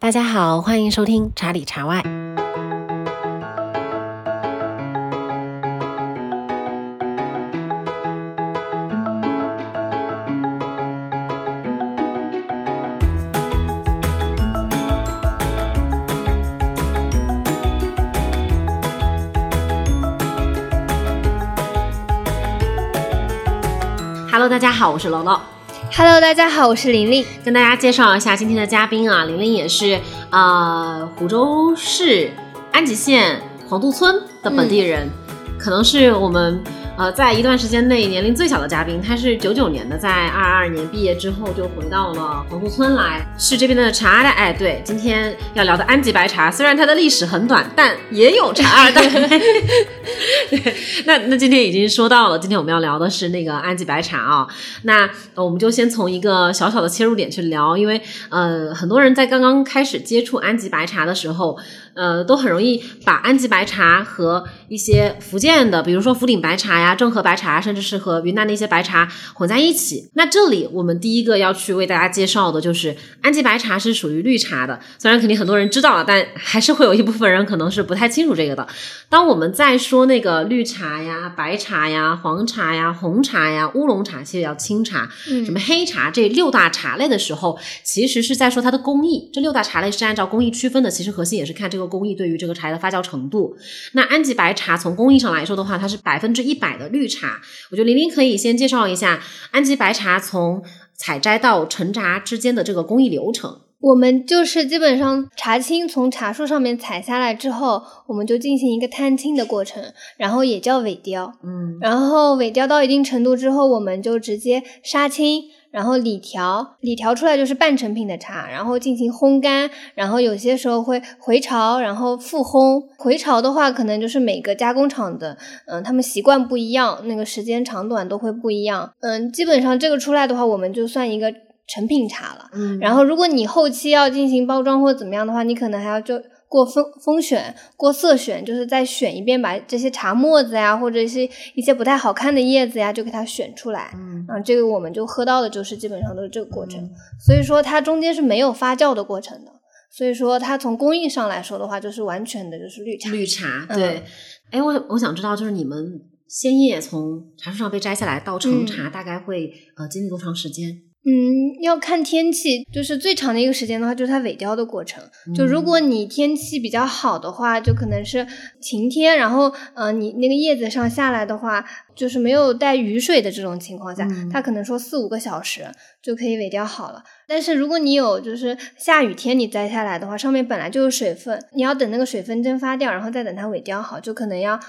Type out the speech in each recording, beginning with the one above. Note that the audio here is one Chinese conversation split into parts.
大家好，欢迎收听茶里茶外。Hello， 大家好，我是楼楼。 Hello， 大家好，我是玲玲。 跟大家介绍一下今天的嘉宾啊，玲玲也是湖州市安吉县黄渡村的本地人，可能是我们在一段时间内年龄最小的嘉宾。他是99年的，在22年毕业之后就回到了黄渡村来，是这边的茶二代。对，今天要聊的安吉白茶，虽然它的历史很短，但也有茶二代。对，那今天已经说到了，今天我们要聊的是那个安吉白茶啊。那我们就先从一个小小的切入点去聊，因为很多人在刚刚开始接触安吉白茶的时候，都很容易把安吉白茶和一些福建的，比如说福鼎白茶呀、正和白茶，甚至是和云南的一些白茶混在一起。那这里我们第一个要去为大家介绍的就是安吉白茶是属于绿茶的，虽然肯定很多人知道了，但还是会有一部分人可能是不太清楚这个的。当我们在说那个绿茶呀、白茶呀、黄茶呀、红茶呀、乌龙茶，其实叫清茶，什么黑茶，这6大茶类的时候，其实是在说它的工艺。这6大茶类是按照工艺区分的，其实核心也是看这个工艺对于这个茶的发酵程度。那安吉白茶从工艺上来说的话，它是100%的绿茶。我觉得玲玲可以先介绍一下安吉白茶从采摘到陈榨之间的这个工艺流程。 我们就是基本上茶青从茶树上面采下来之后，我们就进行一个摊青的过程，然后也叫萎雕。然后萎雕到一定程度之后，我们就直接杀青，然后理调出来就是半成品的茶，然后进行烘干，然后有些时候会回潮，然后复烘。回潮的话可能就是每个加工厂的他们习惯不一样，那个时间长短都会不一样。基本上这个出来的话，我们就算一个成品茶了。然后如果你后期要进行包装或怎么样的话，你可能还要就过风选、过色选，就是再选一遍，把这些茶沫子呀，或者是一些不太好看的叶子呀，就给它选出来。这个我们就喝到的就是基本上都是这个过程。所以说它中间是没有发酵的过程的，所以说它从工艺上来说的话，就是完全的就是绿茶。 绿茶，对。我想知道，就是你们鲜叶从茶树上被摘下来到成茶，大概会经历多长时间？ 要看天气，就是最长的一个时间的话，就是它萎雕的过程。就如果你天气比较好的话，就可能是晴天，然后你那个叶子上下来的话，就是没有带雨水的这种情况下，它可能说4-5个小时就可以萎雕好了。但是如果你有就是下雨天你摘下来的话，上面本来就有水分，你要等那个水分蒸发掉，然后再等它萎雕好，就可能要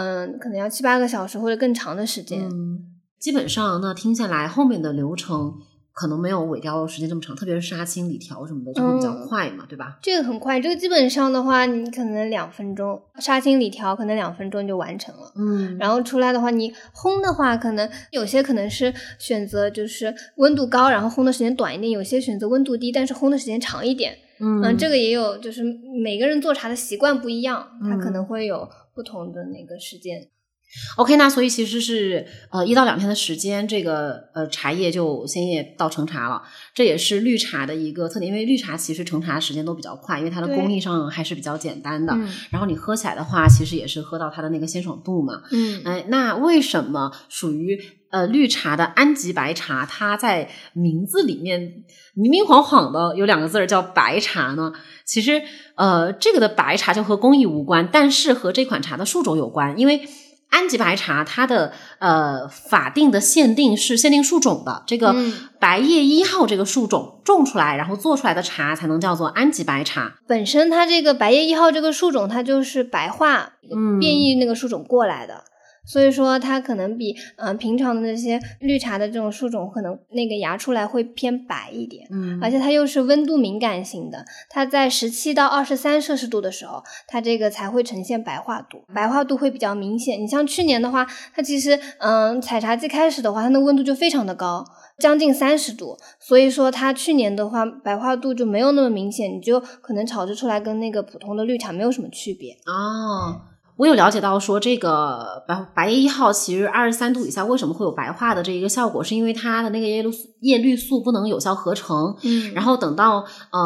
7-8个小时或者更长的时间。 基本上那听下来后面的流程可能没有萎雕时间这么长，特别是杀青理调什么的就会比较快嘛，对吧？这个很快，这个基本上的话你可能2分钟，杀青理调可能2分钟就完成了。然后出来的话，你烘的话可能有些可能是选择就是温度高，然后烘的时间短一点，有些选择温度低但是烘的时间长一点。这个也有，就是每个人做茶的习惯不一样，它可能会有不同的那个时间。 OK， 那所以其实是1到2天的时间，这个茶叶就鲜叶到成茶了。这也是绿茶的一个特点，因为绿茶其实成茶时间都比较快，因为它的工艺上还是比较简单的。然后你喝起来的话，其实也是喝到它的那个鲜爽度嘛。那为什么属于绿茶的安吉白茶，它在名字里面明明晃晃的有2个字叫白茶呢？其实这个的白茶就和工艺无关，但是和这款茶的树种有关，因为安吉白茶它的法定的限定是限定树种的，这个白叶1号这个树种种出来然后做出来的茶才能叫做安吉白茶。 本身它这个白叶1号这个树种它就是白化变异那个树种过来的，所以说它可能比平常的那些绿茶的这种树种可能那个芽出来会偏白一点。而且它又是温度敏感型的，它在17到23摄氏度的时候，它这个才会呈现白化度，白化度会比较明显。你像去年的话，它其实采茶季开始的话，它那个温度就非常的高，将近30度，所以说它去年的话白化度就没有那么明显，你就可能炒制出来跟那个普通的绿茶没有什么区别。 我有了解到说这个白叶1号其实23度以下为什么会有白化的这一个效果，是因为它的那个叶绿素不能有效合成。然后等到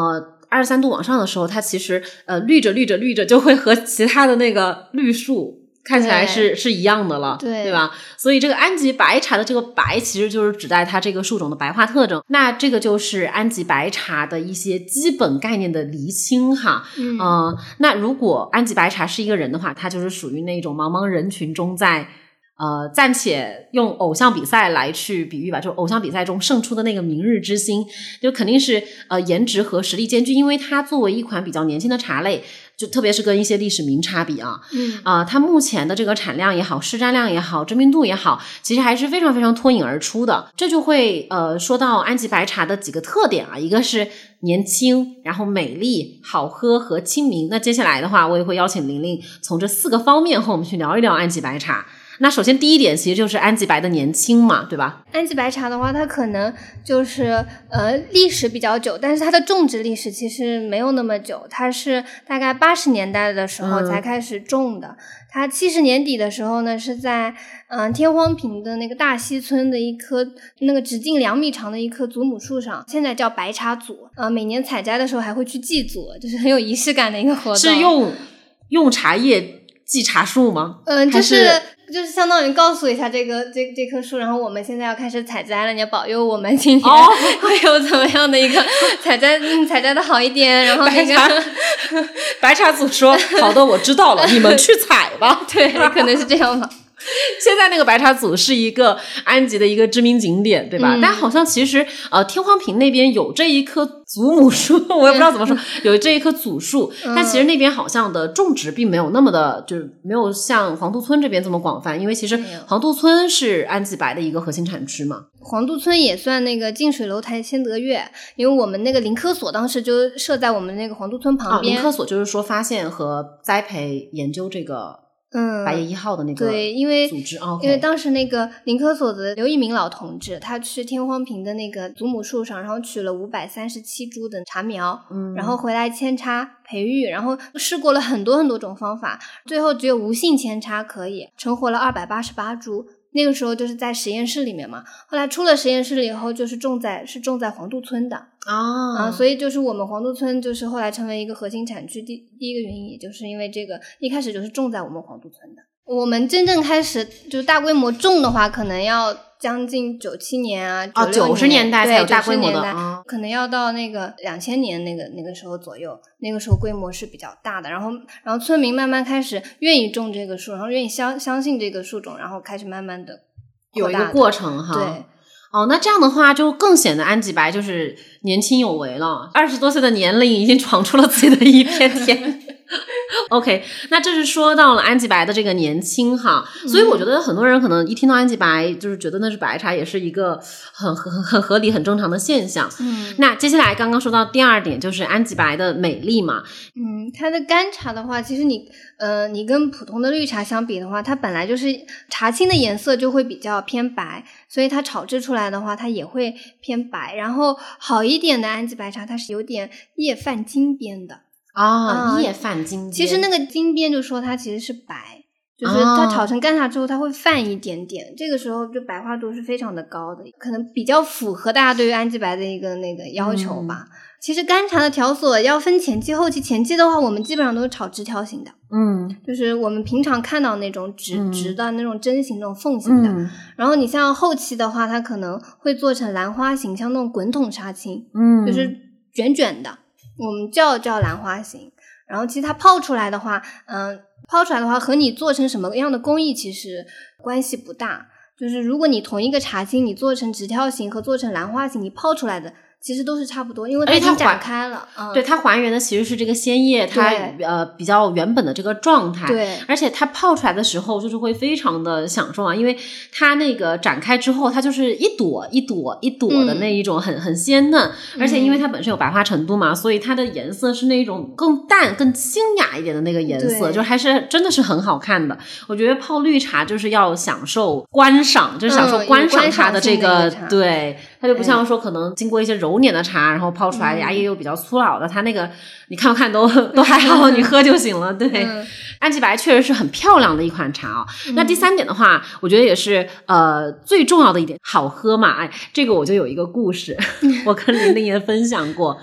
23度往上的时候，它其实绿着就会和其他的那个绿树看起来是一样的了，对吧？所以这个安吉白茶的这个白其实就是指代它这个树种的白化特征。那这个就是安吉白茶的一些基本概念的厘清哈。那如果安吉白茶是一个人的话，他就是属于那种茫茫人群中在暂且用偶像比赛来去比喻吧，就偶像比赛中胜出的那个明日之星，就肯定是颜值和实力兼具，因为它作为一款比较年轻的茶类，就特别是跟一些历史名茶比啊，它目前的这个产量也好，市占量也好，知名度也好，其实还是非常非常脱颖而出的。这就会说到安吉白茶的几个特点啊，一个是年轻，然后美丽、好喝和亲民。那接下来的话，我也会邀请玲玲从这4个方面和我们去聊一聊安吉白茶。那首先第一点其实就是安吉白的年轻嘛，对吧？ 安吉白茶的话，它可能就是历史比较久，但是它的种植历史其实没有那么久，它是大概80年代的时候才开始种的。它70年底的时候呢，是在天荒坪的那个大溪村的一棵那个直径2米长的一棵祖母树上，现在叫白茶祖。每年采摘的时候还会去祭祖，就是很有仪式感的一个活动。 是用茶叶祭茶树吗？ 就是相当于告诉一下这棵树，然后我们现在要开始采摘了，你要保佑我们今年会有怎么样的一个采摘的好一点。然后那个白茶组说好的，我知道了，你们去采吧。 对，可能是这样吧。 现在那个白茶组是一个安吉的一个知名景点，对吧？但好像其实天荒坪那边有这一棵祖母树，我也不知道怎么说，有这一棵祖树，但其实那边好像的种植并没有那么的，就是没有像黄渡村这边这么广泛，因为其实黄渡村是安吉白的一个核心产区嘛。 黄渡村也算那个近水楼台先得月，因为我们那个林科所当时就设在我们那个黄渡村旁边。 林科所就是说发现和栽培研究这个白叶1号的那个对，因为组织因为当时那个林科所的刘一鸣老同志，他去天荒坪的那个祖母树上，然后取了537株的茶苗，然后回来扦插培育，然后试过了很多很多种方法，最后只有无性扦插可以成活了288株。那个时候就是在实验室里面嘛，后来出了实验室了以后，就是种在黄渡村的所以就是我们黄渡村就是后来成为一个核心产区，第一个原因也就是因为这个一开始就是种在我们黄渡村的。我们真正开始就是大规模种的话，可能要将近97年啊 ，90年代才有大规模的， 可能要到那个2000年那个时候左右，那个时候规模是比较大的。然后村民慢慢开始愿意种这个树，然后愿意相信这个树种，然后开始慢慢的有一个过程哈。 对。 那这样的话就更显得安吉白就是年轻有为了，20多岁的年龄已经闯出了自己的一片天。OK， 那这是说到了安吉白的这个年轻哈，所以我觉得很多人可能一听到安吉白就是觉得那是白茶，也是一个很合理很正常的现象。那接下来刚刚说到第2点就是安吉白的美丽嘛。 它的干茶的话，其实你跟普通的绿茶相比的话，它本来就是茶青的颜色就会比较偏白，所以它炒制出来的话它也会偏白。然后好一点的安吉白茶它是有点叶泛金边的叶泛金边。 其实那个金边就说它其实是白，就是它炒成干茶之后它会泛一点点，这个时候就白化度是非常的高的，可能比较符合大家对于安吉白的一个那个要求吧。其实干茶的条索要分前期后期，前期的话我们基本上都是炒直条形的，就是我们平常看到那种直的那种针形那种缝形的，然后你像后期的话它可能会做成兰花形，像那种滚筒茶青，就是卷卷的，我们叫兰花形。然后其实它泡出来的话和你做成什么样的工艺其实关系不大，就是如果你同一个茶青你做成直条形和做成兰花形，你泡出来的其实都是差不多，因为它已经展开了。 对，它还原的其实是这个鲜叶它比较原本的这个状态。 对， 而且它泡出来的时候就是会非常的享受因为它那个展开之后它就是一朵一朵一朵的那一种很鲜嫩，而且因为它本身有白化程度嘛，所以它的颜色是那种更淡更清雅一点的那个颜色，就还是真的是很好看的。我觉得泡绿茶就是要享受观赏，就是享受观赏它的这个对，它就不像说可能经过一些揉捻的茶然后泡出来芽叶又比较粗老的，它那个你看不看都还好，你喝就行了。对，安吉白确实是很漂亮的一款茶那第3点的话我觉得也是最重要的一点，好喝嘛。这个我就有一个故事我跟玲玲也分享过。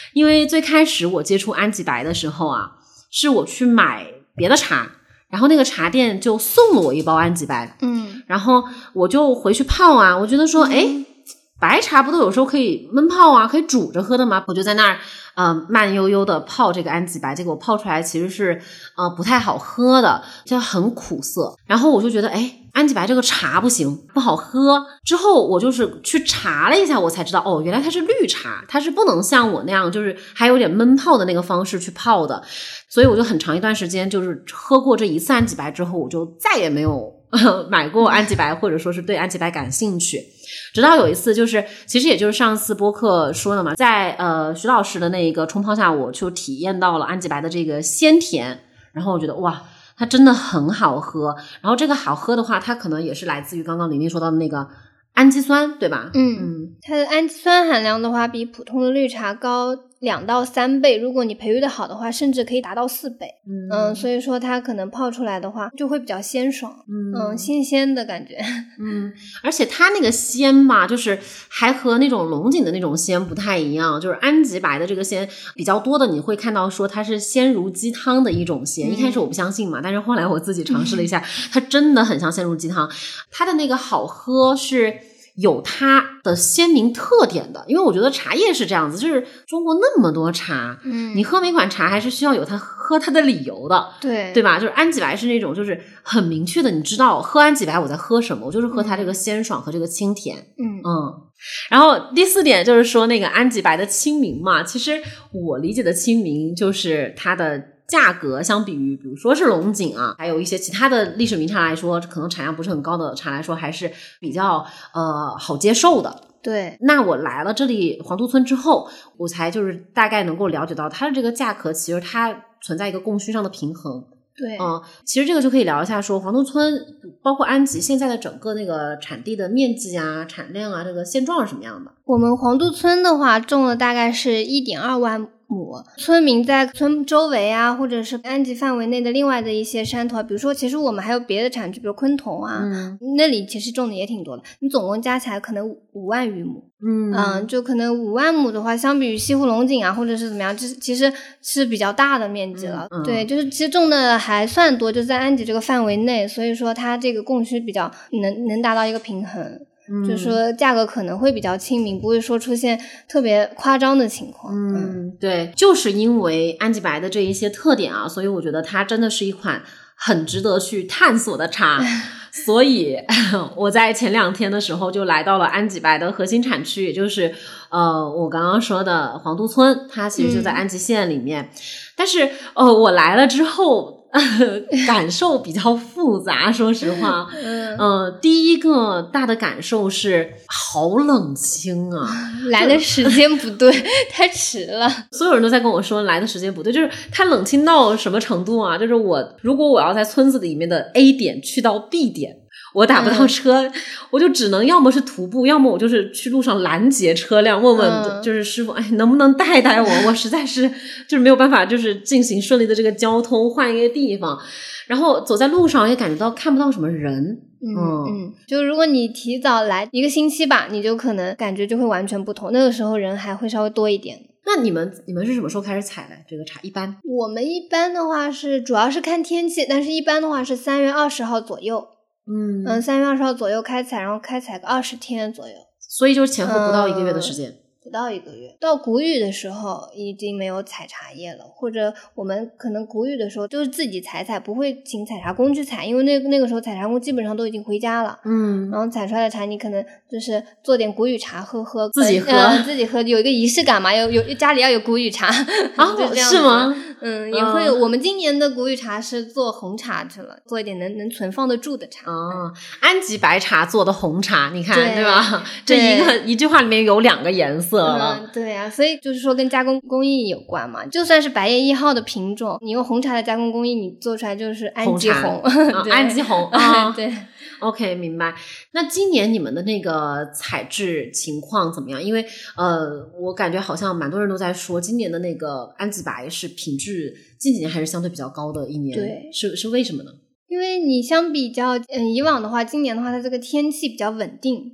因为最开始我接触安吉白的时候啊，是我去买别的茶，然后那个茶店就送了我一包安吉白，然后我就回去泡啊，我觉得说白茶不都有时候可以焖泡啊，可以煮着喝的吗？我就在那儿慢悠悠的泡这个安吉白，结果泡出来其实是不太好喝的，就很苦涩。然后我就觉得安吉白这个茶不行，不好喝。之后我就是去查了一下，我才知道原来它是绿茶，它是不能像我那样就是还有点焖泡的那个方式去泡的。所以我就很长一段时间就是喝过这一次安吉白之后，我就再也没有买过安吉白，或者说是对安吉白感兴趣。直到有一次，就是其实也就是上次播客说的嘛，在徐老师的那一个冲泡下，我就体验到了安吉白的这个鲜甜，然后我觉得哇，它真的很好喝。然后这个好喝的话，它可能也是来自于刚刚玲玲说到的那个氨基酸，对吧？ 它的氨基酸含量的话比普通的绿茶高2到3倍，如果你培育的好的话，甚至可以达到4倍。所以说它可能泡出来的话就会比较鲜爽，新鲜的感觉。 而且它那个鲜嘛，就是还和那种龙井的那种鲜不太一样，就是安吉白的这个鲜比较多的，你会看到说它是鲜如鸡汤的一种鲜。一开始我不相信嘛，但是后来我自己尝试了一下，它真的很像鲜如鸡汤。它的那个好喝是有它的鲜明特点的，因为我觉得茶叶是这样子，就是中国那么多茶，你喝每款茶还是需要有它喝它的理由的，对吧？就是安吉白是那种就是很明确的，你知道喝安吉白我在喝什么，我就是喝它这个鲜爽和这个清甜。然后第4点就是说那个安吉白的亲民嘛，其实我理解的亲民就是它的价格相比于比如说是龙井啊，还有一些其他的历史名茶来说，可能产量不是很高的茶来说，还是比较好接受的。 对， 那我来了这里黄渡村之后，我才就是大概能够了解到它的这个价格其实它存在一个供需上的平衡。 对， 其实这个就可以聊一下说黄渡村包括安吉现在的整个那个产地的面积啊、产量啊，这个现状是什么样的？ 我们黄渡村的话种了大概是1.2万亩，村民在村周围啊，或者是安吉范围内的另外的一些山头，比如说其实我们还有别的产区，比如昆桐啊，那里其实种的也挺多的，你总共加起来可能5万余亩。就可能5万亩的话，相比于西湖龙井啊，或者是怎么样，其实是比较大的面积了。对，就是其实种的还算多，就在安吉这个范围内，所以说它这个供需比较能达到一个平衡。就是说价格可能会比较亲民，不会说出现特别夸张的情况。 对，就是因为安吉白的这一些特点啊，所以我觉得它真的是一款很值得去探索的茶。所以我在前2天的时候就来到了安吉白的核心产区，也就是我刚刚说的黄渡村，它其实就在安吉县里面。但是我来了之后感受比较复杂，说实话。第一个大的感受是好冷清啊， 来的时间不对，太迟了。 所有人都在跟我说来的时间不对，就是它冷清到什么程度啊？就是如果我要在村子里面的 A 点去到 B 点，我打不到车，我就只能要么是徒步，要么我就是去路上拦截车辆，问问就是师傅，能不能带我？我实在是就是没有办法，就是进行顺利的这个交通，换一个地方。然后走在路上也感觉到看不到什么人。 就如果你提早来1个星期吧，你就可能感觉就会完全不同，那个时候人还会稍微多一点。 那你们是什么时候开始采的这个茶？一般我们一般的话是主要是看天气，但是一般的话是3月20号左右。3月20号左右开采，然后开采个20天左右， 所以就是前后不到1个月的时间。 不到1个月。到谷雨的时候已经没有采茶叶了，或者我们可能谷雨的时候就是自己采，不会请采茶工去采，因为那个时候采茶工基本上都已经回家了。然后采出来的茶你可能就是做点谷雨茶喝， 自己喝有一个仪式感嘛，有家里要有谷雨茶。就这样是吗？ 也会有。我们今年的谷雨茶是做红茶去了，做一点能存放得住的茶。 安吉白茶做的红茶，你看 对吧？这一句话里面有2个颜色了。 对啊，所以就是说跟加工工艺有关嘛。就算是白叶1号的品种，你用红茶的加工工艺，你做出来就是安吉红。 安吉红对。 OK， 明白。那今年你们的那个采制情况怎么样？因为我感觉好像蛮多人都在说，今年的那个安吉白是品质近几年还是相对比较高的一年。 对， 是为什么呢？ 因为你相比较以往的话，今年的话它这个天气比较稳定，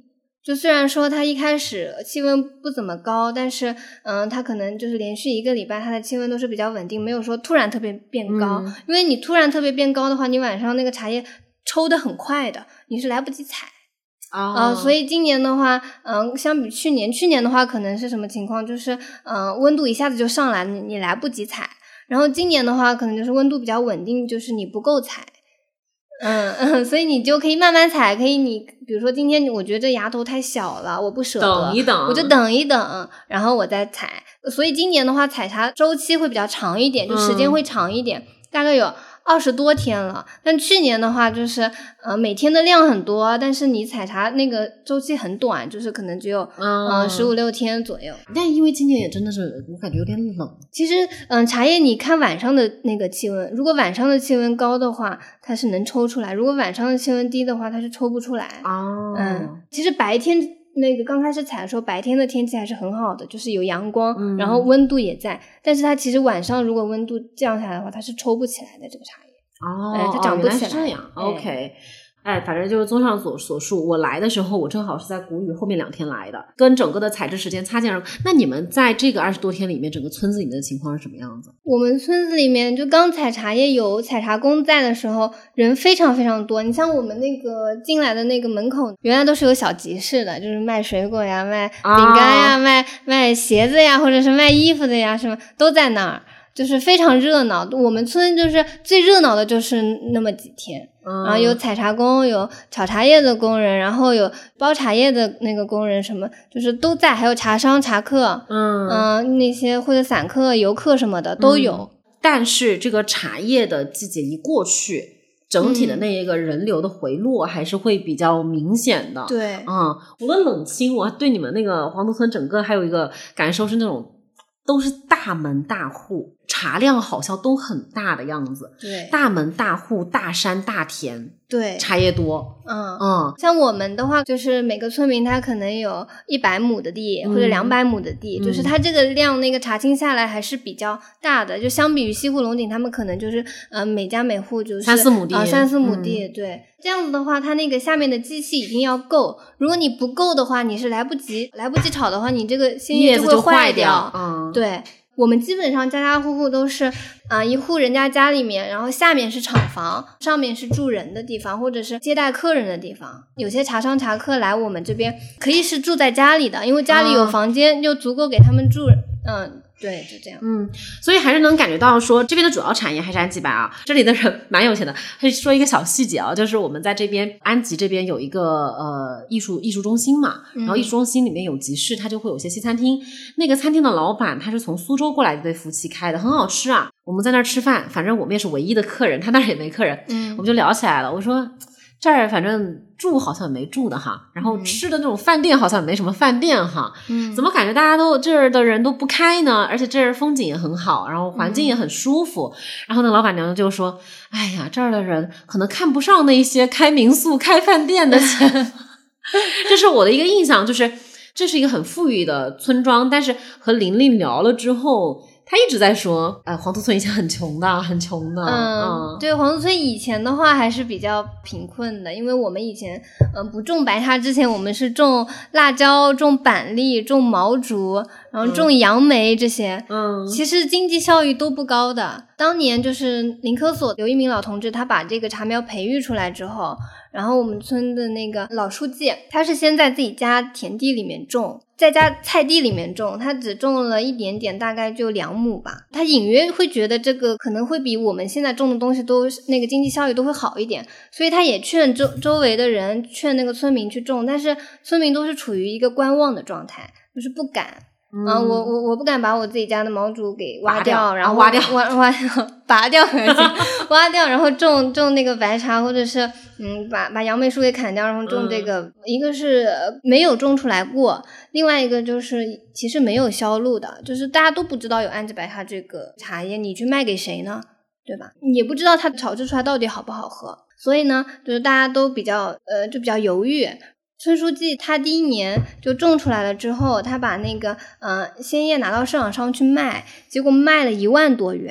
就虽然说它一开始气温不怎么高，但是它可能就是连续1个礼拜它的气温都是比较稳定，没有说突然特别变高。因为你突然特别变高的话，你晚上那个茶叶抽得很快的，你是来不及采。所以今年的话相比去年的话可能是什么情况，就是温度一下子就上来，你来不及采。然后今年的话可能就是温度比较稳定，就是你不够采。所以你就可以慢慢采，可以你比如说今天我觉得这芽头太小了，我不舍得， 等一等， 我就等一等，然后我再采。所以今年的话采茶周期会比较长一点，就时间会长一点，大概有20多天了。但去年的话就是每天的量很多，但是你采茶那个周期很短，就是可能只有15、16天左右。 但因为今年也真的是我感觉有点冷。 其实茶叶你看晚上的那个气温，如果晚上的气温高的话它是能抽出来，如果晚上的气温低的话它是抽不出来。其实白天那个刚开始采的时候白天的天气还是很好的，就是有阳光，然后温度也在，但是它其实晚上如果温度降下来的话它是抽不起来的这个茶叶。它长不起来。 原来是这样。OK。反正就是综上所述，我来的时候我正好是在谷雨后面2天来的，跟整个的采制时间擦肩而过。那你们在这个20多天里面整个村子里面的情况是什么样子？ 我们村子里面就刚采茶叶有采茶工在的时候人非常非常多。你像我们那个进来的那个门口原来都是有小集市的，就是卖水果呀卖饼干呀卖鞋子呀或者是卖衣服的呀什么都在那儿，就是非常热闹。我们村就是最热闹的就是那么几天，然后有采茶工，有炒茶叶的工人，然后有包茶叶的那个工人，什么就是都在，还有茶商茶客，那些或者散客游客什么的都有。 但是这个茶叶的季节一过去，整体的那个人流的回落还是会比较明显的。 对， 我的冷清，我对你们那个黄土村整个还有一个感受是那种都是大门大户，茶量好像都很大的样子。 对， 大门大户，大山大田， 对， 茶叶多。 像我们的话就是每个村民他可能有100亩的地或者200亩的地，就是他这个量那个茶青下来还是比较大的，就相比于西湖龙井他们可能就是每家每户就是 3-4亩地 3-4亩地。对，这样子的话他那个下面的机器一定要够，如果你不够的话你是来不及炒的话，你这个鲜叶就会坏掉。 对，我们基本上家家户户都是一户人家家里面，然后下面是厂房，上面是住人的地方或者是接待客人的地方。有些茶商茶客来我们这边可以是住在家里的，因为家里有房间就足够给他们住。对，就这样。 所以还是能感觉到说这边的主要产业还是安吉白啊，这里的人蛮有钱的。还说一个小细节啊，就是我们在这边安吉这边有一个艺术中心嘛，然后艺术中心里面有集市，它就会有些西餐厅。那个餐厅的老板他是从苏州过来的一对夫妻开的，很好吃啊。我们在那儿吃饭，反正我们也是唯一的客人，他那儿也没客人，我们就聊起来了。我说这儿反正住好像没住的哈，然后吃的那种饭店好像也没什么饭店哈，怎么感觉大家都这儿的人都不开呢？而且这儿风景也很好，然后环境也很舒服。然后那老板娘就说：“哎呀，这儿的人可能看不上那些开民宿、开饭店的钱。”这是我的一个印象，就是这是一个很富裕的村庄，但是和琳琳聊了之后。他一直在说黄土村以前很穷的。 对，黄土村以前的话还是比较贫困的，因为我们以前不种白茶之前我们是种辣椒、种板栗、种毛竹，然后种杨梅这些。其实经济效益都不高的。当年就是林科所刘一鸣老同志他把这个茶苗培育出来之后，然后我们村的那个老书记他是先在自己家田地里面种，在家菜地里面种，他只种了一点点，大概就2亩吧。他隐约会觉得这个可能会比我们现在种的东西都那个经济效益都会好一点，所以他也劝周围的人，劝那个村民去种，但是村民都是处于一个观望的状态，就是不敢。我不敢把我自己家的毛竹给挖掉，然后拔掉挖掉，然后种那个白茶，或者是把杨梅树给砍掉，然后种这个。一个是没有种出来过，另外一个就是其实没有销路的，就是大家都不知道有安吉白茶这个茶叶，你去卖给谁呢？对吧？也不知道它炒制出来到底好不好喝，所以呢，就是大家都比较犹豫。村书记他第1年就种出来了之后，他把那个鲜叶拿到市场上去卖，结果卖了1万多元。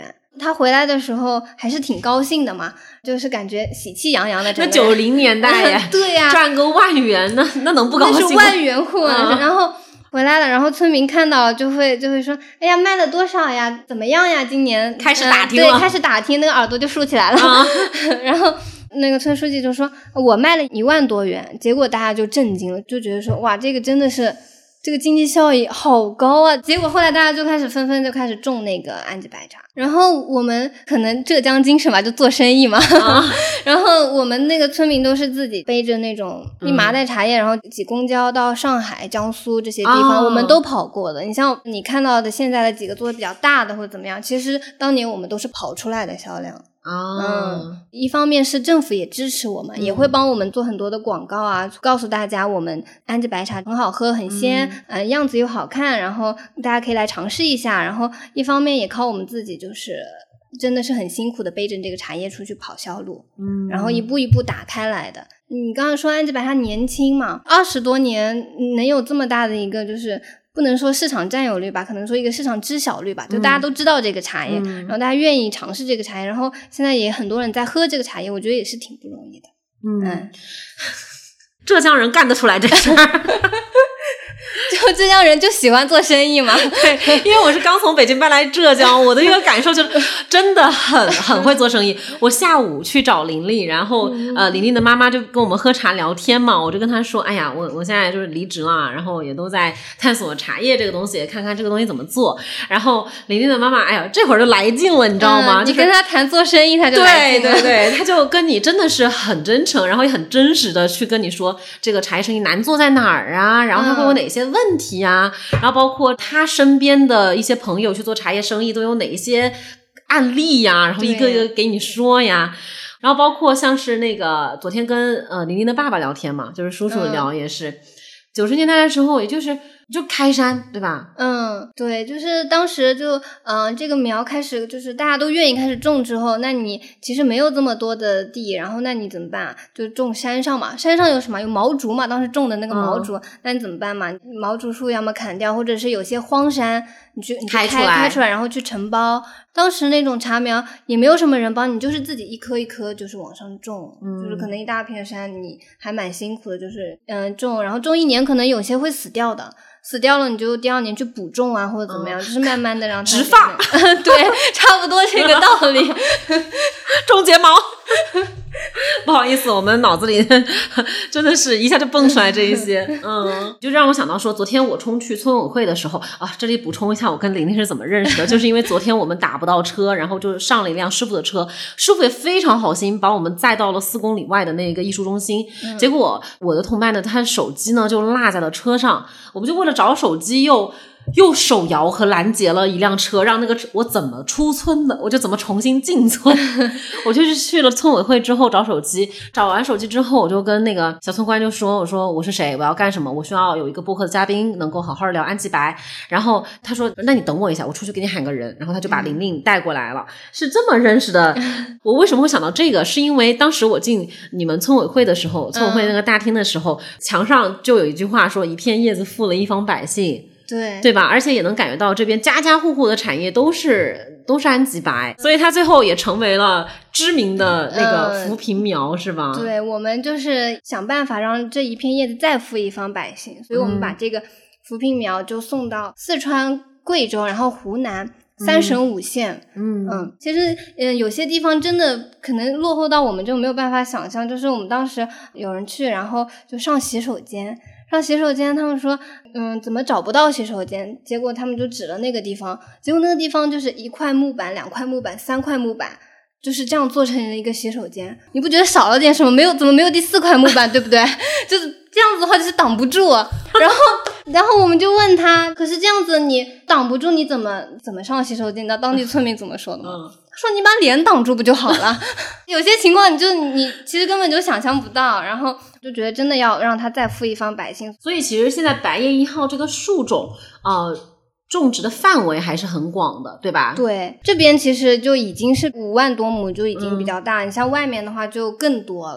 他回来的时候还是挺高兴的嘛，就是感觉喜气洋洋的。 那90年代呀， 对呀， 赚个万元那能不高兴吗？ 那是万元户啊！然后回来了，然后村民看到就会说，哎呀，卖了多少呀？怎么样呀？今年开始打听了， 对，开始打听，那个耳朵就竖起来了。然后那个村书记就说，我卖了1万多元，结果大家就震惊了，就觉得说，哇，这个真的是。这个经济效益好高啊！结果后来大家就开始纷纷就开始种那个安吉白茶，然后我们可能浙江精神吧，就做生意嘛。然后我们那个村民都是自己背着那种一麻袋茶叶，然后挤公交到上海、江苏这些地方，我们都跑过的。你像你看到的现在的几个做的比较大的或者怎么样，其实当年我们都是跑出来的销量。一方面是政府也支持我们，也会帮我们做很多的广告啊，告诉大家我们安吉白茶很好喝很鲜，样子又好看，然后大家可以来尝试一下。然后一方面也靠我们自己，就是真的是很辛苦的背着这个茶叶出去跑销路，然后一步一步打开来的。你刚刚说安吉白茶年轻嘛，20多年能有这么大的一个就是不能说市场占有率吧，可能说一个市场知晓率吧，就大家都知道这个茶叶，然后大家愿意尝试这个茶叶，然后现在也很多人在喝这个茶叶，我觉得也是挺不容易的。 浙江人干得出来这事儿。 就浙江人就喜欢做生意嘛。 对，因为我是刚从北京搬来浙江，我的一个感受就是真的很会做生意。我下午去找玲玲，然后玲玲的妈妈就跟我们喝茶聊天嘛，我就跟她说，哎呀，我现在就是离职了，然后也都在探索茶叶这个东西，看看这个东西怎么做。然后玲玲的妈妈，哎呀，这会儿就来劲了，你知道吗？ 你跟她谈做生意，她就来劲了。 对对对，她就跟你真的是很真诚，然后也很真实的去跟你说这个茶叶生意难做在哪儿啊，然后它会有哪些问题啊，然后包括他身边的一些朋友去做茶叶生意都有哪一些案例呀，然后一个一个给你说呀。然后包括像是那个昨天跟玲玲的爸爸聊天嘛，就是叔叔聊也是90年代的时候，也就开山，对吧？ 对，就是当时就这个苗开始就是大家都愿意开始种之后，那你其实没有这么多的地，然后那你怎么办？就种山上嘛，山上有什么？有毛竹嘛，当时种的那个毛竹，那你怎么办嘛？毛竹树要么砍掉，或者是有些荒山你开出来，然后去承包。当时那种茶苗也没有什么人帮你，就是自己一颗一颗就是往上种，就是可能一大片山你还蛮辛苦的，就是种，然后种1年可能有些会死掉的，死掉了你就第2年去补种啊或者怎么样，就是慢慢的让它植发对，差不多这个道理。 种睫毛不好意思，我们脑子里真的是一下就蹦出来这一些。就让我想到说，昨天我冲去村委会的时候啊，这里补充一下我跟玲玲是怎么认识的，就是因为昨天我们打不到车，然后就上了一辆师傅的车，师傅也非常好心把我们载到了4公里外的那个艺术中心。结果我的同伴呢，他的手机呢就落在了车上，我们就为了找手机又手摇和拦截了一辆车，让那个我怎么出村的，我就怎么重新进村。我就是去了村委会之后找手机，找完手机之后，我就跟那个小村官就说，我说我是谁，我要干什么，我需要有一个播客的嘉宾能够好好聊安吉白。然后他说那你等我一下，我出去给你喊个人。然后他就把玲玲带过来了，是这么认识的。我为什么会想到这个，是因为当时我进你们村委会的时候，村委会那个大厅的时候，墙上就有一句话说，一片叶子负了一方百姓。对吧？而且也能感觉到这边家家户户的产业都是安吉白，所以它最后也成为了知名的那个扶贫苗，是吧？ 对，我们就是想办法让这一片叶子再扶一方百姓，所以我们把这个扶贫苗就送到四川、贵州，然后湖南3省5县。其实有些地方真的可能落后到我们就没有办法想象，就是我们当时有人去，然后就上洗手间，他们说怎么找不到洗手间，结果他们就指了那个地方，结果那个地方就是1块木板、2块木板、3块木板，就是这样做成了一个洗手间。你不觉得少了点什么？怎么没有第4块木板，对不对？就是这样子的话就是挡不住。然后我们就问他，可是这样子你挡不住，你怎么上洗手间？你知道当地村民怎么说的吗？说你把脸挡住不就好了。有些情况你其实根本就想象不到，然后就觉得真的要让他再扶一方百姓。 所以其实现在白叶1号这个树种种植的范围还是很广的，对吧？ 对，这边其实就已经是5万多亩，就已经比较大，你像外面的话就更多了。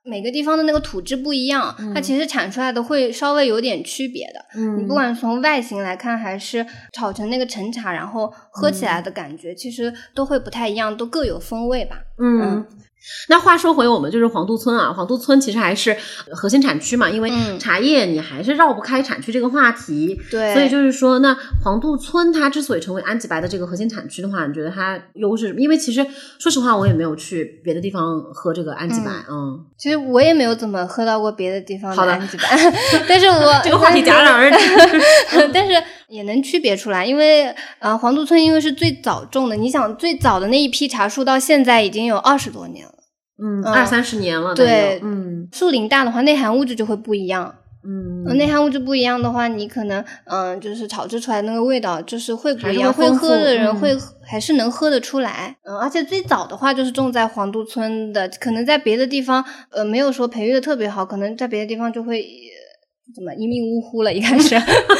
每个地方的那个土质不一样，它其实产出来的会稍微有点区别的。你不管从外形来看，还是炒成那个陈茶，然后喝起来的感觉，其实都会不太一样，都各有风味吧。 那话说回我们就是黄渡村啊，黄渡村其实还是核心产区嘛，因为茶叶你还是绕不开产区这个话题。 对， 所以就是说，那黄渡村它之所以成为安吉白的这个核心产区的话，你觉得它优势？因为其实说实话，我也没有去别的地方喝这个安吉白。 其实我也没有怎么喝到过别的地方的安吉白，但是我这个话题戛然而止。 但是也能区别出来，因为黄渡村因为是最早种的，你想最早的那一批茶树到现在已经有20多年了。 20-30年了。 对，树龄大的话，内含物质就会不一样。内含物质不一样的话，你可能就是炒制出来那个味道就是会不一样，会喝的人还是能喝得出来。而且最早的话就是种在黄渡村的，可能在别的地方没有说培育的特别好，可能在别的地方就会怎么一命呜呼了，一开始。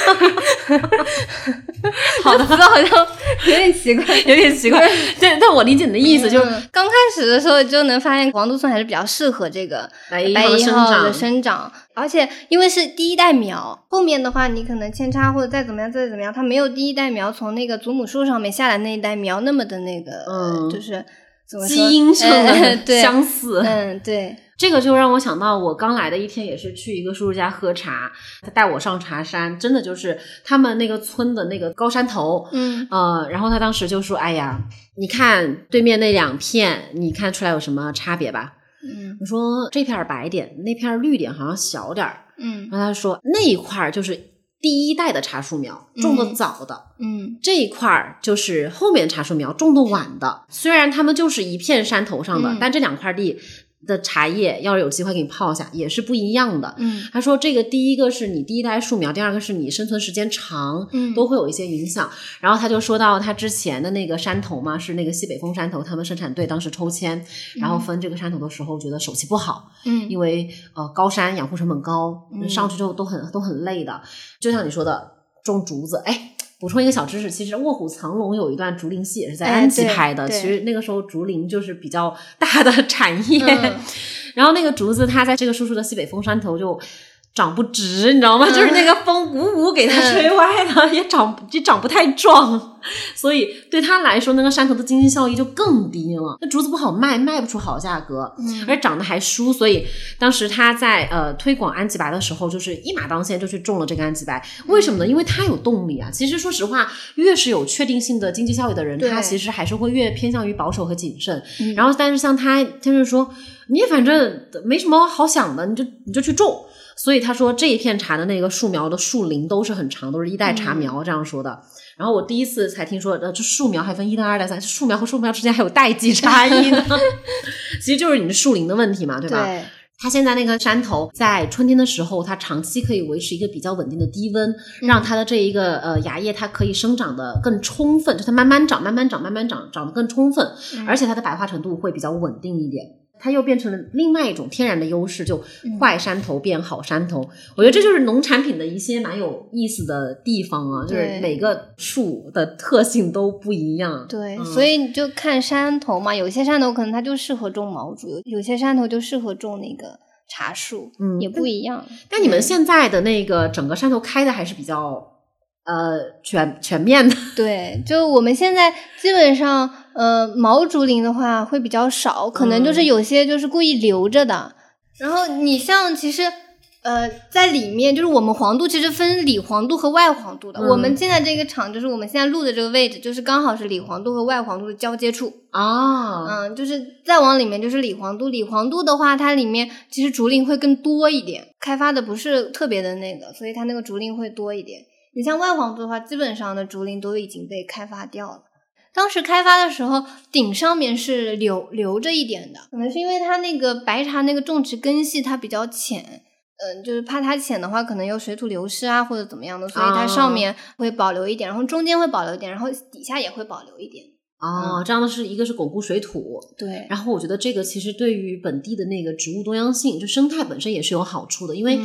好的， 好像有点奇怪， 但我理解你的意思，就是刚开始的时候就能发现黄渡村还是比较适合这个白一号的生长，而且因为是第一代苗，后面的话你可能扦插或者再怎么样，它没有第一代苗从那个祖母树上面下来那一代苗那么的那个，就是怎么说， 基因上的相似。 对。 这个就让我想到我刚来的一天也是去一个叔叔家喝茶，他带我上茶山，真的就是他们那个村的那个高山头。然后他当时就说，哎呀，你看对面那2片，你看出来有什么差别吧？我说这片白点，那片绿点，好像小点。然后他说那一块就是第一代的茶树苗，种的早的。这一块就是后面茶树苗种的晚的。虽然他们就是一片山头上的，但这2块地的茶叶要是有机会给你泡下也是不一样的。他说这个第一个是你第一代树苗，第二个是你生存时间长，都会有一些影响。然后他就说到他之前的那个山头嘛，是那个西北风山头，他们生产队当时抽签，然后分这个山头的时候觉得手气不好。因为高山养护成本高，上去之后都很累的。就像你说的种竹子，补充一个小知识，其实《卧虎藏龙》有一段竹林戏也是在安吉拍的。其实那个时候竹林就是比较大的产业。然后那个竹子它在这个叔叔的西北风山头就长不直，你知道吗？就是那个风呜呜给它吹歪了，也长不太壮，所以对他来说那个山头的经济效益就更低了。那竹子不好卖不出好价格，而长得还疏，所以当时他在推广安吉白的时候，就是一马当先就去种了这个安吉白。为什么呢？因为他有动力啊。其实说实话，越是有确定性的经济效益的人，他其实还是会越偏向于保守和谨慎。然后但是像他就是说，你反正没什么好想的，你就去种。所以他说这一片茶的那个树苗的树龄都是很长，都是一代茶苗，这样说的。然后我第一次才听说这树苗还分1代2代3，树苗和树苗之间还有代际差异呢。其实就是你的树龄的问题嘛，对吧？对。它现在那个山头在春天的时候，它长期可以维持一个比较稳定的低温，让它的这一个芽叶它可以生长的更充分，就它慢慢长得更充分，而且它的白化程度会比较稳定一点。它又变成了另外一种天然的优势，就坏山头变好山头。我觉得这就是农产品的一些蛮有意思的地方啊，就是每个树的特性都不一样。 对，所以你就看山头嘛，有些山头可能它就适合种毛竹，有些山头就适合种那个茶树，也不一样。 但你们现在的那个整个山头开的还是比较全面的。 对，就我们现在基本上毛竹林的话会比较少，可能就是有些就是故意留着的。然后你像其实在里面就是我们黄渡其实分里黄渡和外黄渡的。我们现在这个厂就是我们现在录的这个位置，就是刚好是里黄渡和外黄渡的交接处啊。就是再往里面就是里黄渡。里黄渡的话，它里面其实竹林会更多一点，开发的不是特别的那个，所以它那个竹林会多一点。你像外黄渡的话，基本上的竹林都已经被开发掉了。当时开发的时候，顶上面是留着一点的，可能是因为它那个白茶那个种植根系它比较浅，就是怕它浅的话，可能有水土流失啊或者怎么样的，所以它上面会保留一点，然后中间会保留一点，然后底下也会保留一点。 这样的是一个是巩固水土， 对， 然后我觉得这个其实对于本地的那个植物多样性，就生态本身也是有好处的，因为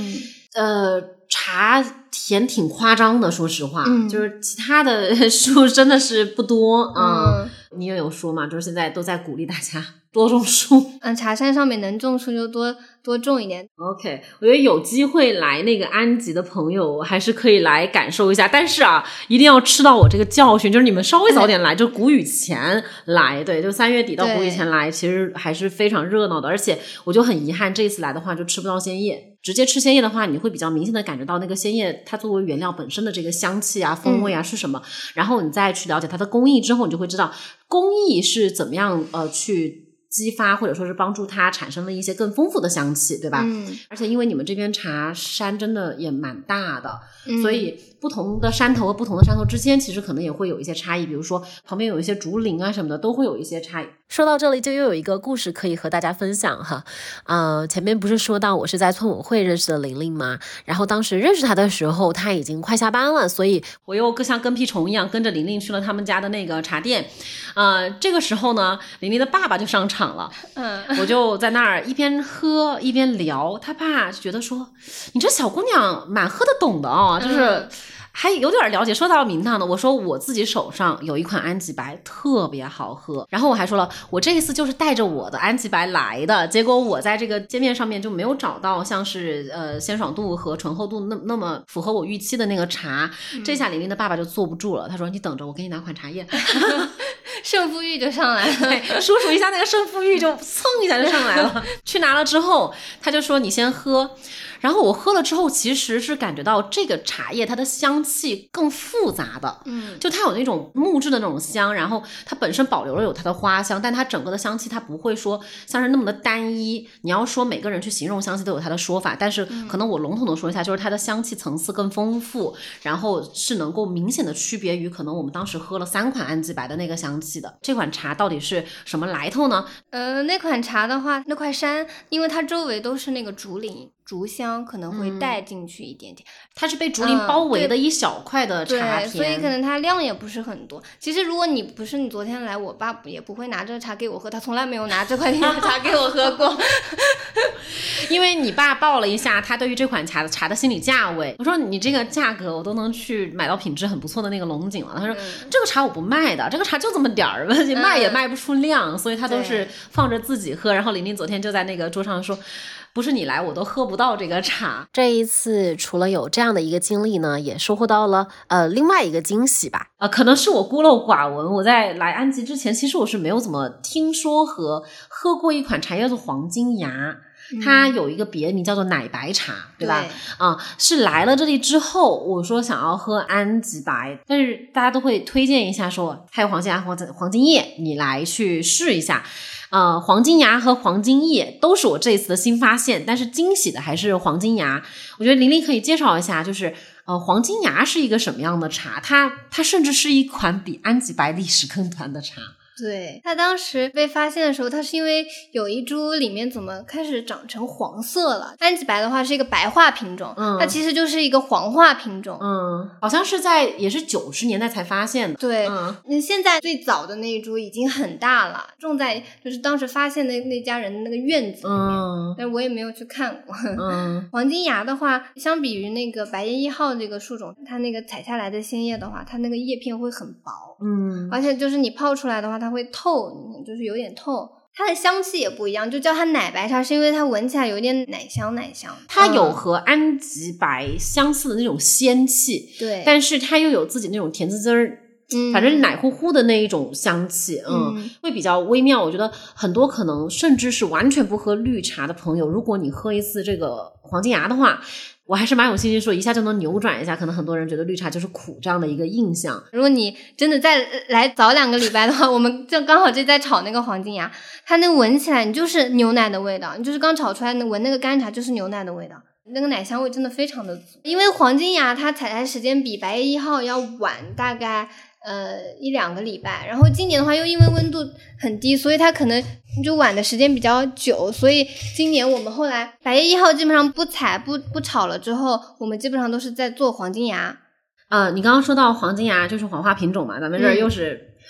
茶甜挺夸张的，说实话，就是其他的树真的是不多。你也有说嘛，就是现在都在鼓励大家多种树。 茶山上面能种树就多种一点。 OK， 我觉得有机会来那个安吉的朋友还是可以来感受一下，但是啊，一定要吃到我这个教训，就是你们稍微早点来，就谷雨前来，对，就3月底到谷雨前来，其实还是非常热闹的。而且我就很遗憾，这一次来的话就吃不到鲜叶。直接吃鲜叶的话，你会比较明显的感觉到那个鲜叶它作为原料本身的这个香气啊、风味啊是什么，然后你再去了解它的工艺之后，你就会知道工艺是怎么样去激发或者说是帮助它产生了一些更丰富的香气，对吧？而且因为你们这边茶山真的也蛮大的，所以不同的山头和不同的山头之间其实可能也会有一些差异，比如说旁边有一些竹林啊什么的都会有一些差异。说到这里就又有一个故事可以和大家分享哈。前面不是说到我是在村委会认识的玲玲吗？然后当时认识她的时候她已经快下班了，所以我又像跟屁虫一样跟着玲玲去了他们家的那个茶店。这个时候呢玲玲的爸爸就上场了，我就在那儿一边喝一边聊，他爸觉得说你这小姑娘蛮喝得懂的哦，就是还有点了解，说到名堂的。我说我自己手上有一款安吉白特别好喝，然后我还说了我这一次就是带着我的安吉白来的，结果我在这个街面上面就没有找到像是鲜爽度和醇厚度那么符合我预期的那个茶。这下玲玲的爸爸就坐不住了，他说你等着我给你拿款茶叶。 胜负欲就上来了， 对，数数一下那个胜负欲就蹭一下就上来了。去拿了之后他就说你先喝，然后我喝了之后其实是感觉到这个茶叶它的香气更复杂的，就它有那种木质的那种香，然后它本身保留了有它的花香，但它整个的香气它不会说像是那么的单一。你要说每个人去形容香气都有它的说法，但是可能我笼统的说一下，就是它的香气层次更丰富，然后是能够明显的区别于可能我们当时喝了3款安吉白的那个香气的。这款茶到底是什么来头呢？ 那款茶的话，那块山因为它周围都是那个竹林，竹香可能会带进去一点点， 它是被竹林包围的一小块的茶田， 所以可能它量也不是很多。其实如果你不是你昨天来，我爸也不会拿这个茶给我喝，他从来没有拿这块茶给我喝过。 因为你爸报了一下他对于这款茶的心理价位，我说你这个价格我都能去买到品质很不错的那个龙井了，他说这个茶我不卖的，这个茶就这么点儿，卖也卖不出量，所以他都是放着自己喝。然后玲玲昨天就在那个桌上说不是你来我都喝不到这个茶。这一次除了有这样的一个经历呢，也收获到了另外一个惊喜吧。可能是我孤陋寡闻，我在来安吉之前其实我是没有怎么听说和喝过一款茶叫做黄金芽，它有一个别名叫做奶白茶，对吧？是来了这里之后我说想要喝安吉白，但是大家都会推荐一下说还有黄金芽黄金叶你来去试一下。黄金芽和黄金叶都是我这一次的新发现，但是惊喜的还是黄金芽。我觉得玲玲可以介绍一下，就是黄金芽是一个什么样的茶，它甚至是一款比安吉白历史更短的茶。 对，它当时被发现的时候，它是因为有一株里面怎么开始长成黄色了。安吉白的话是一个白化品种，它其实就是一个黄化品种。 好像是也是90年代才发现的。 对，现在最早的那一株已经很大了，种在就是当时发现的那家人的那个院子里面，但是我也没有去看过。黄金芽的话，相比于那个白叶1号这个树种，它那个采下来的鲜叶的话，它那个叶片会很薄，而且就是你泡出来的话，它会透，就是有点透。它的香气也不一样，就叫它奶白茶，是因为它闻起来有点奶香。 它有和安吉白相似的那种仙气， 对， 但是它又有自己那种甜滋滋儿。反正奶乎乎的那一种香气，会比较微妙。我觉得很多可能甚至是完全不喝绿茶的朋友，如果你喝一次这个黄金芽的话，我还是蛮有信心说一下就能扭转一下可能很多人觉得绿茶就是苦这样的一个印象。 如果你真的再来早2个礼拜的话，我们就刚好就在炒那个黄金芽，它那个闻起来你就是牛奶的味道，你就是刚炒出来闻那个干茶就是牛奶的味道，那个奶香味真的非常的足。因为黄金芽它采摘时间比白叶1号要晚大概1-2个礼拜，然后今年的话又因为温度很低，所以它可能就晚的时间比较久，所以今年我们后来白叶1号基本上不采不炒了之后，我们基本上都是在做黄金芽。 你刚刚说到黄金芽就是黄花品种嘛，咱们这儿又是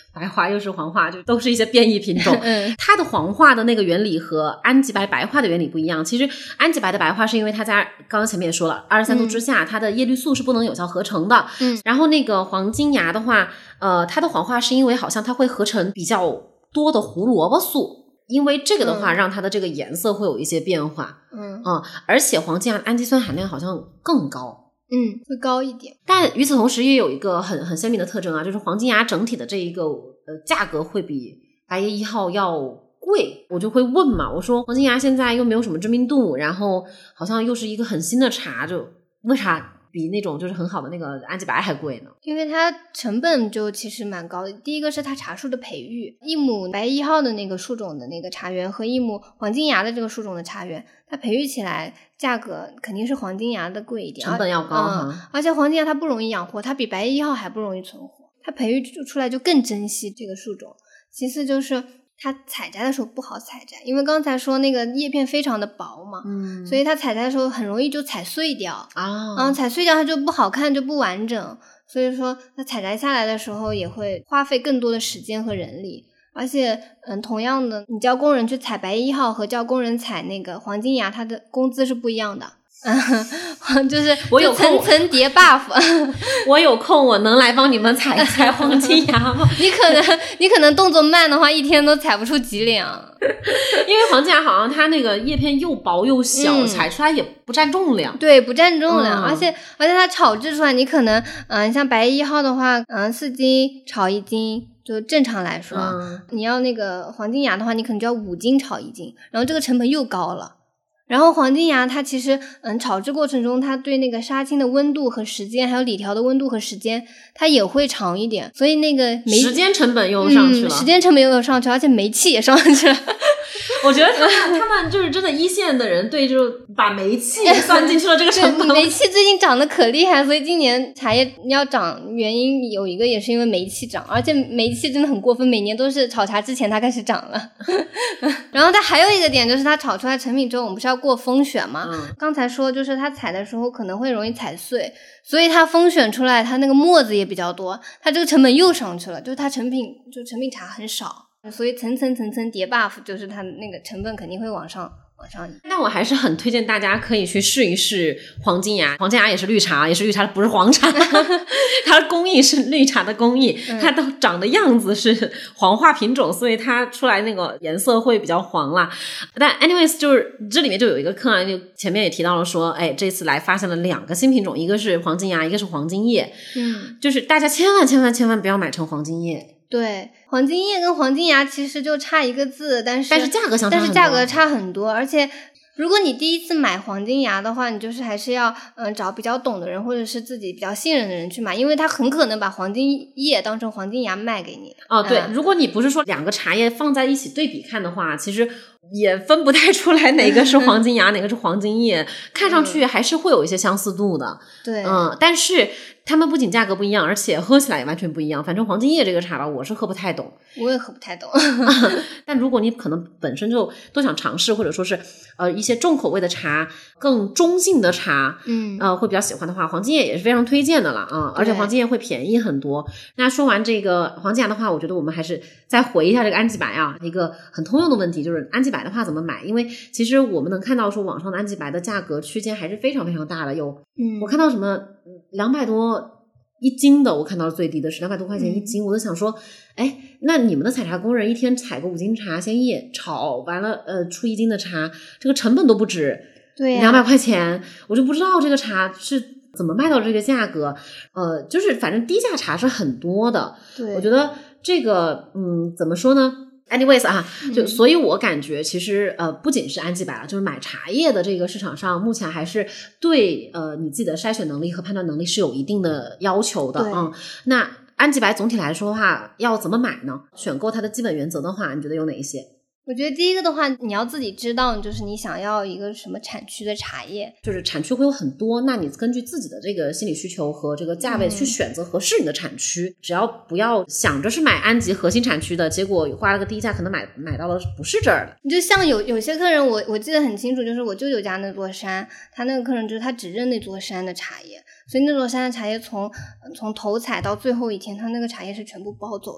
白化又是黄化，就都是一些变异品种。它的黄化的那个原理和安吉白白化的原理不一样。其实安吉白的白化是因为它在刚刚前面也说了23度之下，它的叶绿素是不能有效合成的。然后那个黄金芽的话它的黄化是因为好像它会合成比较多的胡萝卜素，因为这个的话让它的这个颜色会有一些变化。而且黄金芽的氨基酸含量好像更高。 会高一点。 但与此同时也有一个很鲜明的特征啊，就是黄金芽整体的这一个价格会比白叶1号要贵。我就会问嘛，我说黄金芽现在又没有什么知名度，然后好像又是一个很新的茶，就为啥比那种就是很好的那个安吉白还贵呢？ 因为它成本就其实蛮高的。第一个是它茶树的培育，一亩白叶1号的那个树种的那个茶园和一亩黄金芽的这个树种的茶园，它培育起来价格肯定是黄金芽的贵一点， 成本要高而且黄金芽它不容易养活，它比白叶1号还不容易存活，它培育出来就更珍惜这个树种。其次就是它采摘的时候不好采摘，因为刚才说那个叶片非常的薄嘛，所以它采摘的时候很容易就采碎掉采碎掉它就不好看，就不完整，所以说它采摘下来的时候也会花费更多的时间和人力。而且同样的，你叫工人去采白叶1号和叫工人采那个黄金芽，它的工资是不一样的。就是我有空层层叠 buff 我有空我能来帮你们采黄金芽吗？ 你可能动作慢的话一天都采不出几两。 因为黄金芽好像它那个叶片又薄又小，采出来也不占重量。 对，不占重量。而且它炒制出来，你可能像白叶1号的话4斤炒1斤，就正常来说你要那个黄金芽的话，你可能就要5斤炒1斤，然后这个成本又高了。然后黄金芽它其实炒制过程中，它对那个杀青的温度和时间，还有理条的温度和时间，它也会长一点，所以那个时间成本又上去了， 时间成本又上去了，而且煤气也上去了。 我觉得他们就是真的一线的人对就把煤气算进去了这个成本。 煤气最近涨得可厉害，所以今年茶叶要涨原因有一个也是因为煤气涨，而且煤气真的很过分，每年都是炒茶之前它开始涨了。然后它还有一个点就是它炒出来成品之后，我们不是要过风选吗？刚才说就是它采的时候可能会容易采碎，所以它风选出来它那个沫子也比较多，它这个成本又上去了，就是它成品茶很少，所以层层叠 buff， 就是它那个成本肯定会往上。 那我还是很推荐大家可以去试一试黄金芽。黄金芽也是绿茶，也是绿茶，不是黄茶。它的工艺是绿茶的工艺，它的长的样子是黄化品种，所以它出来那个颜色会比较黄啦。但 anyways 就是这里面就有一个坑啊，就前面也提到了说这次来发现了2个新品种，一个是黄金芽，一个是黄金叶。就是大家千万不要买成黄金叶。 对，黄金叶跟黄金芽其实就差一个字，但是价格相差很多， 但是价格差很多。而且如果你第一次买黄金芽的话，你就是还是要找比较懂的人或者是自己比较信任的人去买，因为他很可能把黄金叶当成黄金芽卖给你。 对，如果你不是说2个茶叶放在一起对比看的话，其实也分不太出来哪个是黄金芽哪个是黄金叶，看上去还是会有一些相似度的。 对， 但是它们不仅价格不一样，而且喝起来也完全不一样。反正黄金叶这个茶吧，我是喝不太懂。 我也喝不太懂。 但如果你可能本身就都想尝试，或者说是一些重口味的茶，更中性的茶，会比较喜欢的话，黄金叶也是非常推荐的了而且黄金叶会便宜很多。那说完这个黄金芽的话，我觉得我们还是再回一下这个安吉白啊，一个很通用的问题就是安吉白的话怎么买？因为其实我们能看到说网上的安吉白的价格区间还是非常非常大的，我看到什么200多1斤的，我看到最低的是200多块钱1斤，我就想说那你们的采茶工人一天采个5斤茶，鲜叶炒完了出1斤的茶，这个成本都不止200块钱，我就不知道这个茶是怎么卖到这个价格。就是反正低价茶是很多的。 对， 我觉得这个怎么说呢，anyways 就所以我感觉其实不仅是安吉白就是买茶叶的这个市场上目前还是对你自己的筛选能力和判断能力是有一定的要求的。那安吉白总体来说的话要怎么买呢？选购它的基本原则的话你觉得有哪一些？ 我觉得第一个的话，你要自己知道就是你想要一个什么产区的茶叶， 就是产区会有很多，那你根据自己的这个心理需求和这个价位去选择合适你的产区。只要不要想着是买安吉核心产区的，结果花了个低价可能买到了不是这儿的。 你就像有些客人我记得很清楚，就是我舅舅家那座山，他那个客人就是他只认那座山的茶叶，所以那座山的茶叶从头采到最后一天，他那个茶叶是全部包走的。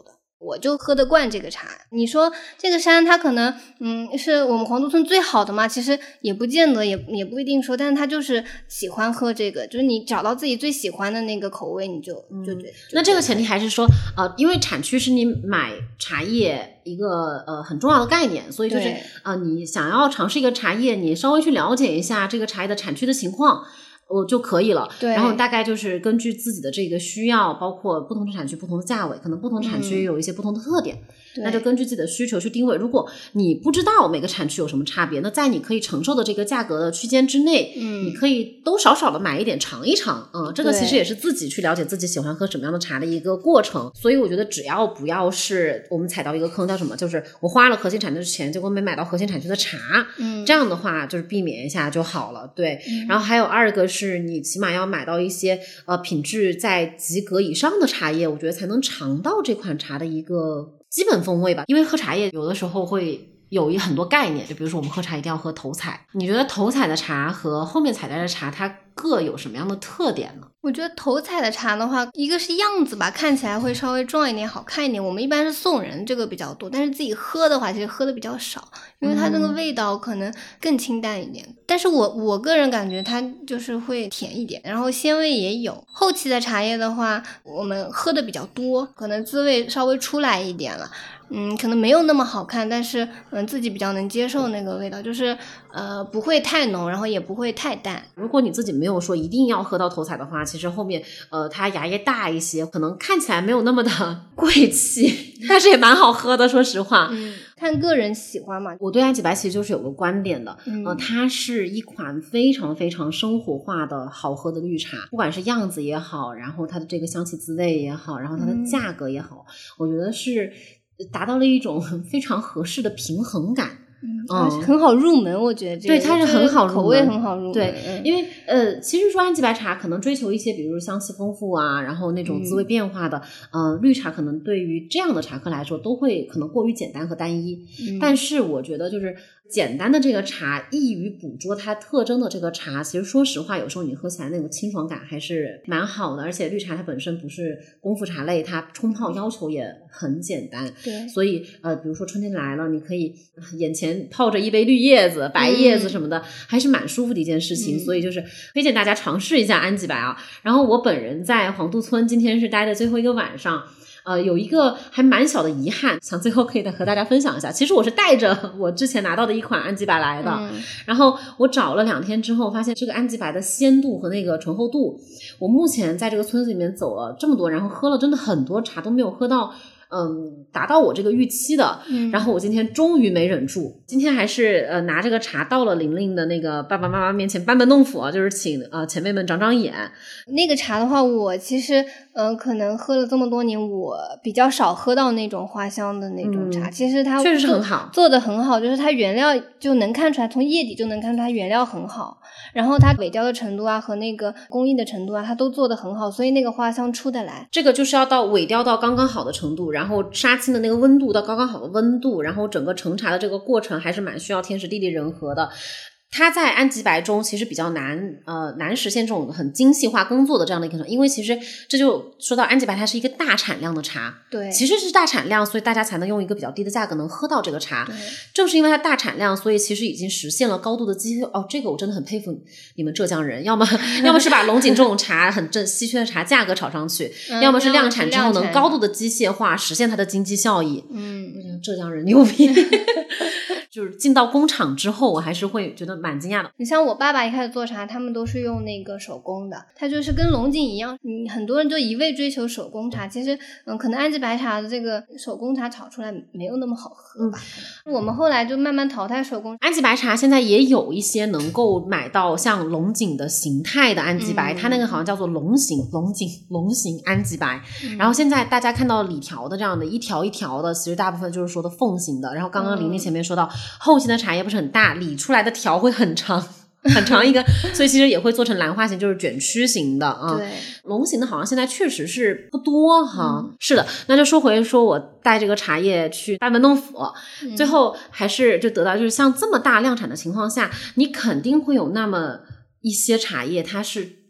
我就喝得惯这个茶。你说这个山它可能是我们黄渡村最好的嘛，其实也不见得，也不一定说，但是他就是喜欢喝这个，就是你找到自己最喜欢的那个口味，你就那这个前提还是说因为产区是你买茶叶一个很重要的概念，所以就是你想要尝试一个茶叶，你稍微去了解一下这个茶叶的产区的情况就可以了。 对， 然后大概就是根据自己的这个需要，包括不同的产区不同的价位，可能不同产区有一些不同的特点，那就根据自己的需求去定位。如果你不知道每个产区有什么差别，那在你可以承受的这个价格的区间之内，你可以都少少的买一点尝一尝。这个其实也是自己去了解自己喜欢喝什么样的茶的一个过程。所以我觉得只要不要是我们踩到一个坑，叫什么，就是我花了核心产区的钱，结果没买到核心产区的茶，这样的话就是避免一下就好了。对，然后还有二个是你起码要买到一些品质在及格以上的茶叶，我觉得才能尝到这款茶的一个基本风味吧。因为喝茶叶有的时候会有很多概念，就比如说我们喝茶一定要喝头采，你觉得头采的茶和后面采摘的茶它各有什么样的特点呢？ 我觉得头采的茶的话，一个是样子吧，看起来会稍微壮一点，好看一点。我们一般是送人这个比较多，但是自己喝的话，其实喝的比较少，因为它那个味道可能更清淡一点。但是我个人感觉它就是会甜一点，然后鲜味也有。后期的茶叶的话，我们喝的比较多，可能滋味稍微出来一点了。可能没有那么好看，但是自己比较能接受那个味道，就是不会太浓，然后也不会太淡。 如果你自己没有说一定要喝到头采的话，其实后面它芽叶大一些，可能看起来没有那么的贵气，但是也蛮好喝的，说实话。 看个人喜欢嘛。 我对安吉白其实就是有个观点的，它是一款非常非常生活化的好喝的绿茶，不管是样子也好，然后它的这个香气滋味也好，然后它的价格也好，我觉得是达到了一种非常合适的平衡感。 很好入门，我觉得这个对，它是很好入门， 口味很好入门。 对，因为其实说安吉白茶可能追求一些，比如香气丰富啊，然后那种滋味变化的，绿茶可能对于这样的茶客来说都会可能过于简单和单一。但是我觉得就是简单的这个茶，易于捕捉它特征的这个茶，其实说实话，有时候你喝起来那种清爽感还是蛮好的。而且绿茶它本身不是功夫茶类，它冲泡要求也很简单。 对， 所以比如说春天来了，你可以眼前泡着一杯绿叶子、白叶子什么的，还是蛮舒服的一件事情。所以就是推荐大家尝试一下安吉白啊。然后我本人在黄渡村今天是待的最后一个晚上。有一个还蛮小的遗憾，想最后可以和大家分享一下。其实我是带着我之前拿到的一款安吉白来的，然后我找了2天之后，发现这个安吉白的鲜度和那个醇厚度，我目前在这个村子里面走了这么多，然后喝了真的很多茶都没有喝到达到我这个预期的。然后我今天终于没忍住，今天还是拿这个茶到了玲玲的那个爸爸妈妈面前班门弄斧，就是请前辈们长长眼。 那个茶的话，我其实可能喝了这么多年，我比较少喝到那种花香的那种茶。其实它确实是很好， 做的很好，就是它原料就能看出来，从叶底就能看出它原料很好，然后它萎凋的程度啊和那个工艺的程度啊，它都做得很好，所以那个花香出得来。 这个就是要到萎凋到刚刚好的程度，然后杀青的那个温度到刚刚好的温度，然后整个成茶的这个过程还是蛮需要天时地利人和的。它在安吉白中其实比较难实现这种很精细化耕作的这样的一个，因为其实这就说到安吉白它是一个大产量的茶， 对， 其实是大产量，所以大家才能用一个比较低的价格能喝到这个茶。正是因为它大产量，所以其实已经实现了高度的机这个我真的很佩服你们浙江人，要么是把龙井这种茶很稀缺的茶价格炒上去，要么是量产之后能高度的机械化实现它的经济效益。浙江人牛逼。就是进到工厂之后，我还是会觉得蛮惊讶的。 你像我爸爸一开始做茶，他们都是用那个手工的，他就是跟龙井一样，很多人就一味追求手工茶，其实可能安吉白茶的这个手工茶炒出来没有那么好喝吧。我们后来就慢慢淘汰手工。 安吉白茶现在也有一些能够买到像龙井的形态的安吉白，它那个好像叫做龙形安吉白。然后现在大家看到里条的这样的一条一条的，其实大部分就是说的凤形的。然后刚刚玲玲前面说到后期的茶叶不是很大，理出来的条会很长很长一个，所以其实也会做成兰花型，就是卷曲型的啊。 对， 龙形的好像现在确实是不多哈。是的，那就说回说我带这个茶叶去班门弄斧，最后还是就得到就是像这么大量产的情况下，你肯定会有那么一些茶叶它是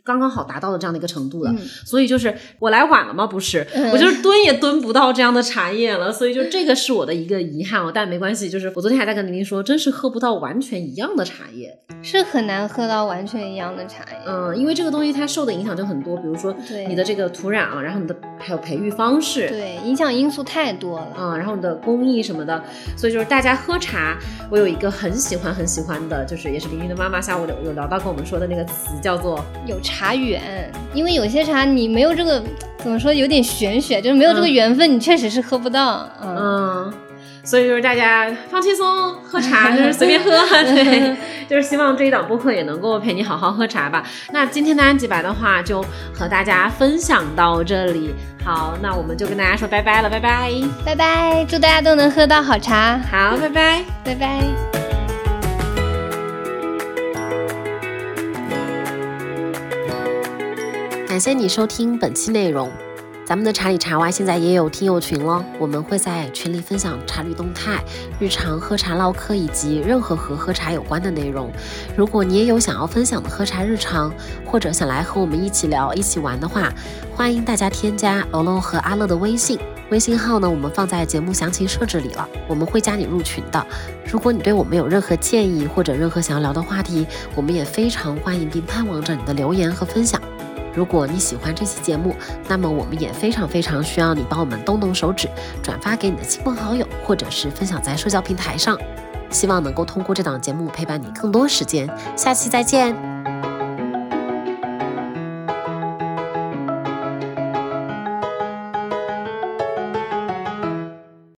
刚刚好达到了这样的一个程度了，所以就是我来晚了吗？不是，我就是蹲也蹲不到这样的茶叶了，所以就这个是我的一个遗憾但没关系，就是我昨天还在跟玲玲说，真是喝不到完全一样的茶叶， 是很难喝到完全一样的茶叶。 因为这个东西它受的影响就很多，比如说你的这个土壤然后你的还有培育方式， 对，影响因素太多了。 然后你的工艺什么的，所以就是大家喝茶，我有一个很喜欢的，就是也是玲玲的妈妈下午有聊到跟我们说的那个词，叫做有茶缘。因为有些茶你没有这个怎么说，有点玄学，就是没有这个缘分，你确实是喝不到。 所以就是大家放轻松喝茶，就是随便喝对，就是希望这一档播客也能够陪你好好喝茶吧。那今天的安吉白的话就和大家分享到这里，好，那我们就跟大家说拜拜了，拜拜拜拜，祝大家都能喝到好茶。 好，拜拜拜拜。 感谢你收听本期内容。咱们的茶里茶外现在也有听友群了，我们会在群里分享茶旅动态、日常喝茶唠嗑以及任何和喝茶有关的内容。如果你也有想要分享的喝茶日常，或者想来和我们一起聊一起玩的话，欢迎大家添加欧乐和阿乐的微信号呢，我们放在节目详情设置里了，我们会加你入群的。如果你对我们有任何建议或者任何想要聊的话题，我们也非常欢迎并盼望着你的留言和分享。如果你喜欢这期节目，那么我们也非常需要你帮我们动动手指，转发给你的亲朋好友，或者是分享在社交平台上。希望能够通过这档节目陪伴你更多时间，下期再见。